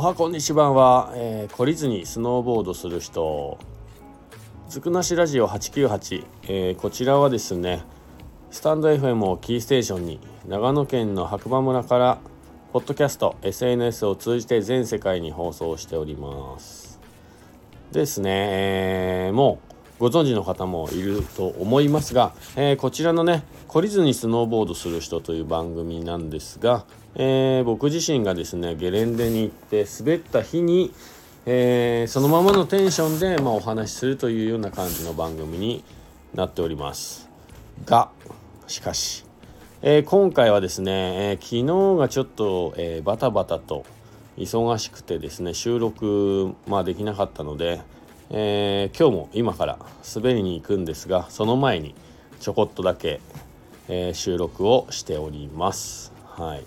こんにちは、懲りずにスノーボードする人ずくなしラジオ898、こちらはですねスタンド FM をキーステーションに長野県の白馬村からポッドキャスト SNS を通じて全世界に放送しておりますですね、もうご存知の方もいると思いますが、こちらのね懲りずにスノーボードする人という番組なんですが、僕自身がですねゲレンデに行って滑った日に、そのままのテンションで、お話しするというような感じの番組になっておりますが、しかし、今回はですね、昨日がちょっと、バタバタと忙しくてですね収録、できなかったので、今日も今から滑りに行くんですが、その前にちょこっとだけ、収録をしております。はい。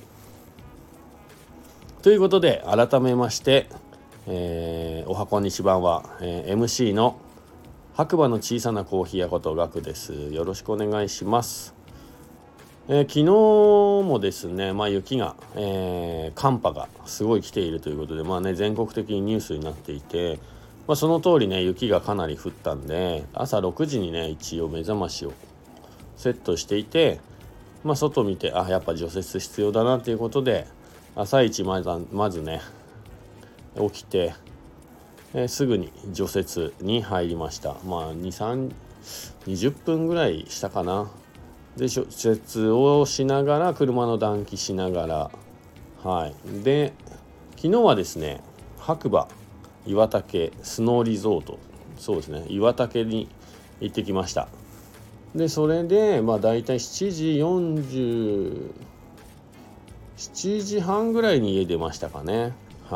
ということで改めまして、おはこんにちは、MC の白馬の小さなコーヒー屋ことガクです。よろしくお願いします。昨日もですね、雪が、寒波がすごい来ているということで、全国的にニュースになっていて、その通りね雪がかなり降ったんで、朝6時にね一応目覚ましをセットしていて、外見てやっぱ除雪必要だなということで朝一まずね起きて、すぐに除雪に入りました。20分ぐらいしたかな。で除雪をしながら車の暖気しながら、で昨日はですね白馬岩岳スノーリゾート、そうですね岩岳に行ってきました。でそれでだいたい7時半ぐらいに家出ましたかね。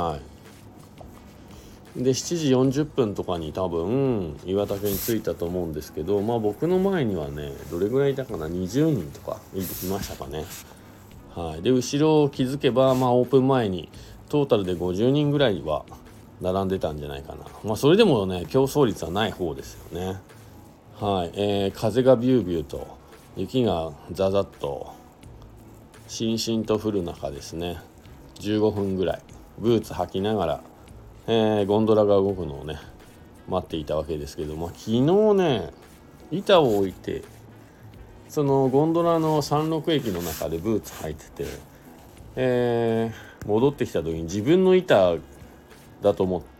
で7時40分とかに多分岩岳に着いたと思うんですけど、僕の前にはねどれぐらいいたかな、20人とかいましたかね。で後ろを気づけば、オープン前にトータルで50人ぐらいは並んでたんじゃないかな。それでもね競争率はない方ですよね。風がビュービューと雪がザザッとしんしんと降る中ですね15分ぐらいブーツ履きながら、ゴンドラが動くのをね待っていたわけですけども、昨日ね板を置いてそのゴンドラの山麓駅の中でブーツ履いてて、戻ってきた時に自分の板だと思って、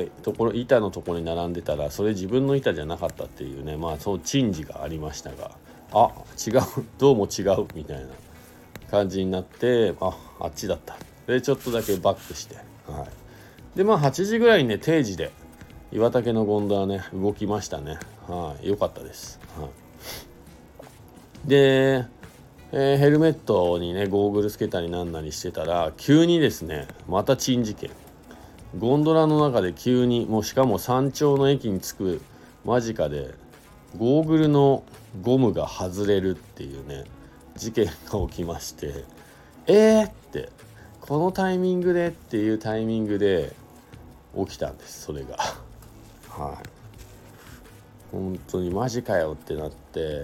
板のところに並んでたらそれ自分の板じゃなかったっていうね、その珍事がありましたが、違うどうも違うみたいな感じになって、あっちだった。でちょっとだけバックして、で8時ぐらいにね定時で岩岳のゴンドラね動きましたね。良かったです。で、ヘルメットにねゴーグルつけたりなんなりしてたら急にですねまた珍事件、ゴンドラの中で急にしかも山頂の駅に着く間近でゴーグルのゴムが外れるっていうね事件が起きまして、ってこのタイミングでっていうタイミングで起きたんです。それが本当にマジかよってなって、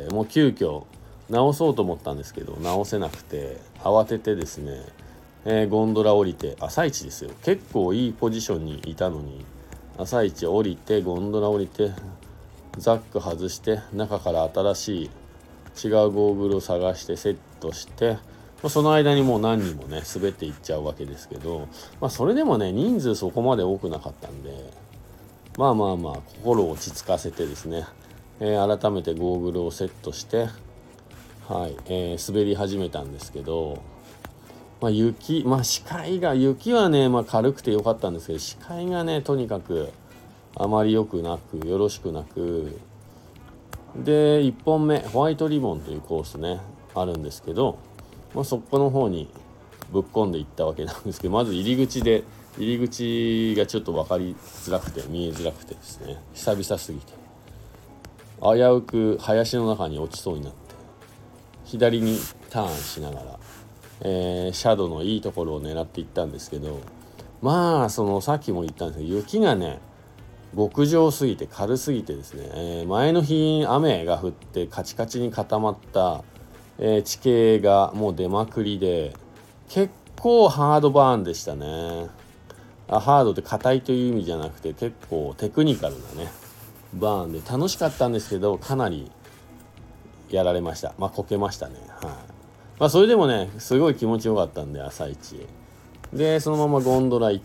もう急遽直そうと思ったんですけど直せなくて慌ててですね、ゴンドラ降りて朝一ですよ、結構いいポジションにいたのに朝一降りてゴンドラ降りてザック外して中から新しい違うゴーグルを探してセットして、その間にもう何人もね滑っていっちゃうわけですけど、それでもね人数そこまで多くなかったんで心を落ち着かせてですね、改めてゴーグルをセットして滑り始めたんですけど、雪はね軽くて良かったんですけど、視界がねとにかくあまり良くなくよろしくなくで1本目ホワイトリボンというコースねあるんですけど、そこの方にぶっ込んでいったわけなんですけど、まず入り口がちょっと分かりづらくて見えづらくてですね、久々すぎて危うく林の中に落ちそうになって左にターンしながら、シャドウのいいところを狙っていったんですけど、さっきも言ったんですけど雪がね極上すぎて軽すぎてですね、前の日雨が降ってカチカチに固まった、地形がもう出まくりで結構ハードバーンでしたね。 ハードって硬いという意味じゃなくて結構テクニカルなねバーンで楽しかったんですけど、かなりやられました。こけましたね。それでもねすごい気持ちよかったんで、朝一でそのままゴンドラ行って、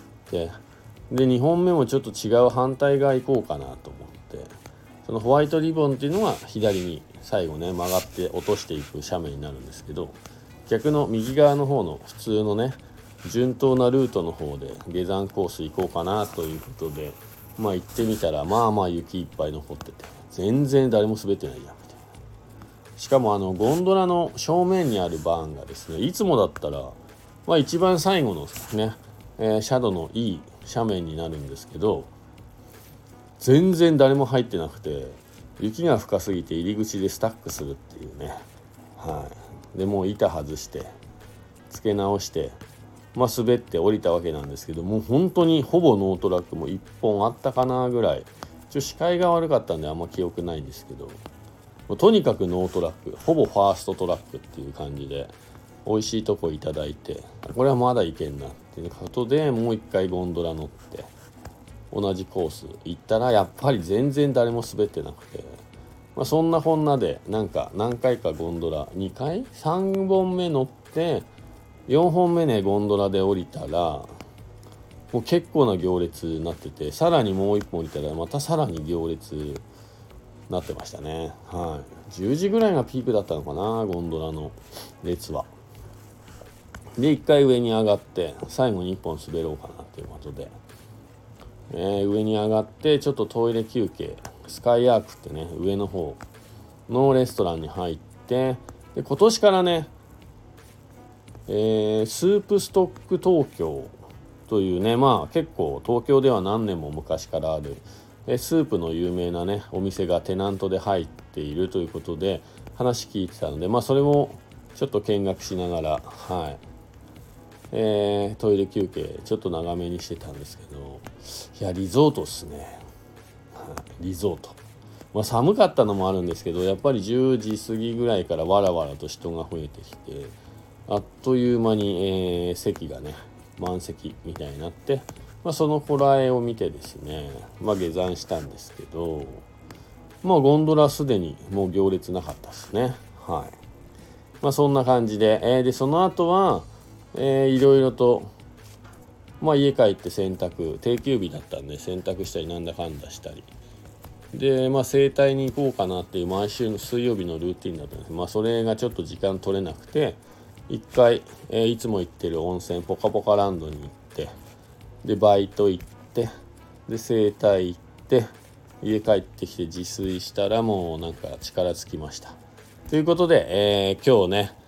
で2本目もちょっと違う反対側行こうかなと思って、そのホワイトリボンっていうのは左に最後ね曲がって落としていく斜面になるんですけど、逆の右側の方の普通のね順当なルートの方で下山コース行こうかなということで行ってみたら、雪いっぱい残ってて全然誰も滑ってないやみたいな。しかもゴンドラの正面にあるバーンがですね、いつもだったら一番最後のね、斜度のいい斜面になるんですけど、全然誰も入ってなくて、雪が深すぎて入り口でスタックするっていうね。でもう板外して付け直して滑って降りたわけなんですけど、もう本当にほぼノートラックも1本あったかなぐらい、視界が悪かったんであんま記憶ないんですけど、もうとにかくノートラック、ほぼファーストトラックっていう感じで美味しいとこいただいて、これはまだいけんなっていうことでもう一回ゴンドラ乗って同じコース行ったら、やっぱり全然誰も滑ってなくて、そんなこんなで何回かゴンドラ2回3本目乗って4本目ねゴンドラで降りたらもう結構な行列になってて、さらにもう1本降りたらまたさらに行列になってましたね。10時ぐらいがピークだったのかな、ゴンドラの列は。で1回上に上がって最後に1本滑ろうかなっていうことで、上に上がってちょっとトイレ休憩、スカイアークってね上の方のレストランに入って、で今年からねスープストック東京というね、結構東京では何年も昔からあるスープの有名なねお店がテナントで入っているということで話聞いてたので、それもちょっと見学しながらトイレ休憩ちょっと長めにしてたんですけど、いやリゾートっすね。リゾート、寒かったのもあるんですけど、やっぱり10時過ぎぐらいからわらわらと人が増えてきて、あっという間に、席がね満席みたいになって、そのこらえを見てですね、下山したんですけど、ゴンドラすでにもう行列なかったですね。そんな感じで、でその後はいろいろと家帰って洗濯、定休日だったんで洗濯したりなんだかんだしたりで、整体に行こうかなっていう毎週の水曜日のルーティンだったんです。それがちょっと時間取れなくて一回、いつも行ってる温泉ポカポカランドに行って、でバイト行ってで整体行って家帰ってきて自炊したらもうなんか力尽きましたということで、今日ね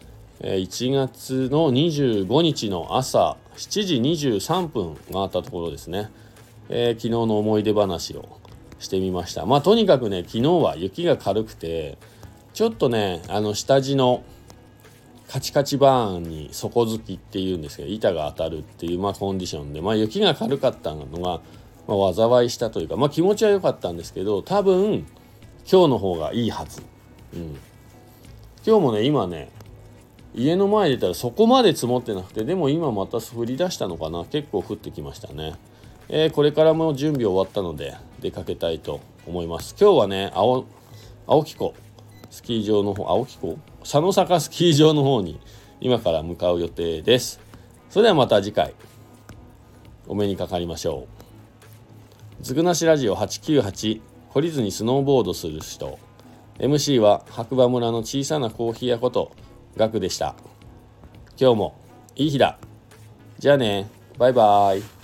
1月の25日の朝7時23分があったところですね、昨日の思い出話をしてみました。とにかくね昨日は雪が軽くてちょっとね下地のカチカチバーンに底付きっていうんですけど板が当たるっていうコンディションで雪が軽かったのが災いしたというか気持ちは良かったんですけど、多分今日の方がいいはず。今日もね今ね家の前で出たらそこまで積もってなくて、でも今また降り出したのかな、結構降ってきましたね。これからも準備終わったので出かけたいと思います。今日はね青木湖スキー場の方、青木湖佐野坂スキー場の方に今から向かう予定です。それではまた次回お目にかかりましょう。ずくなしラジオ898、懲りずにスノーボードする人。 MC は白馬村の小さなコーヒー屋ことガクでした。今日もいい日だ。じゃあね、バイバイ。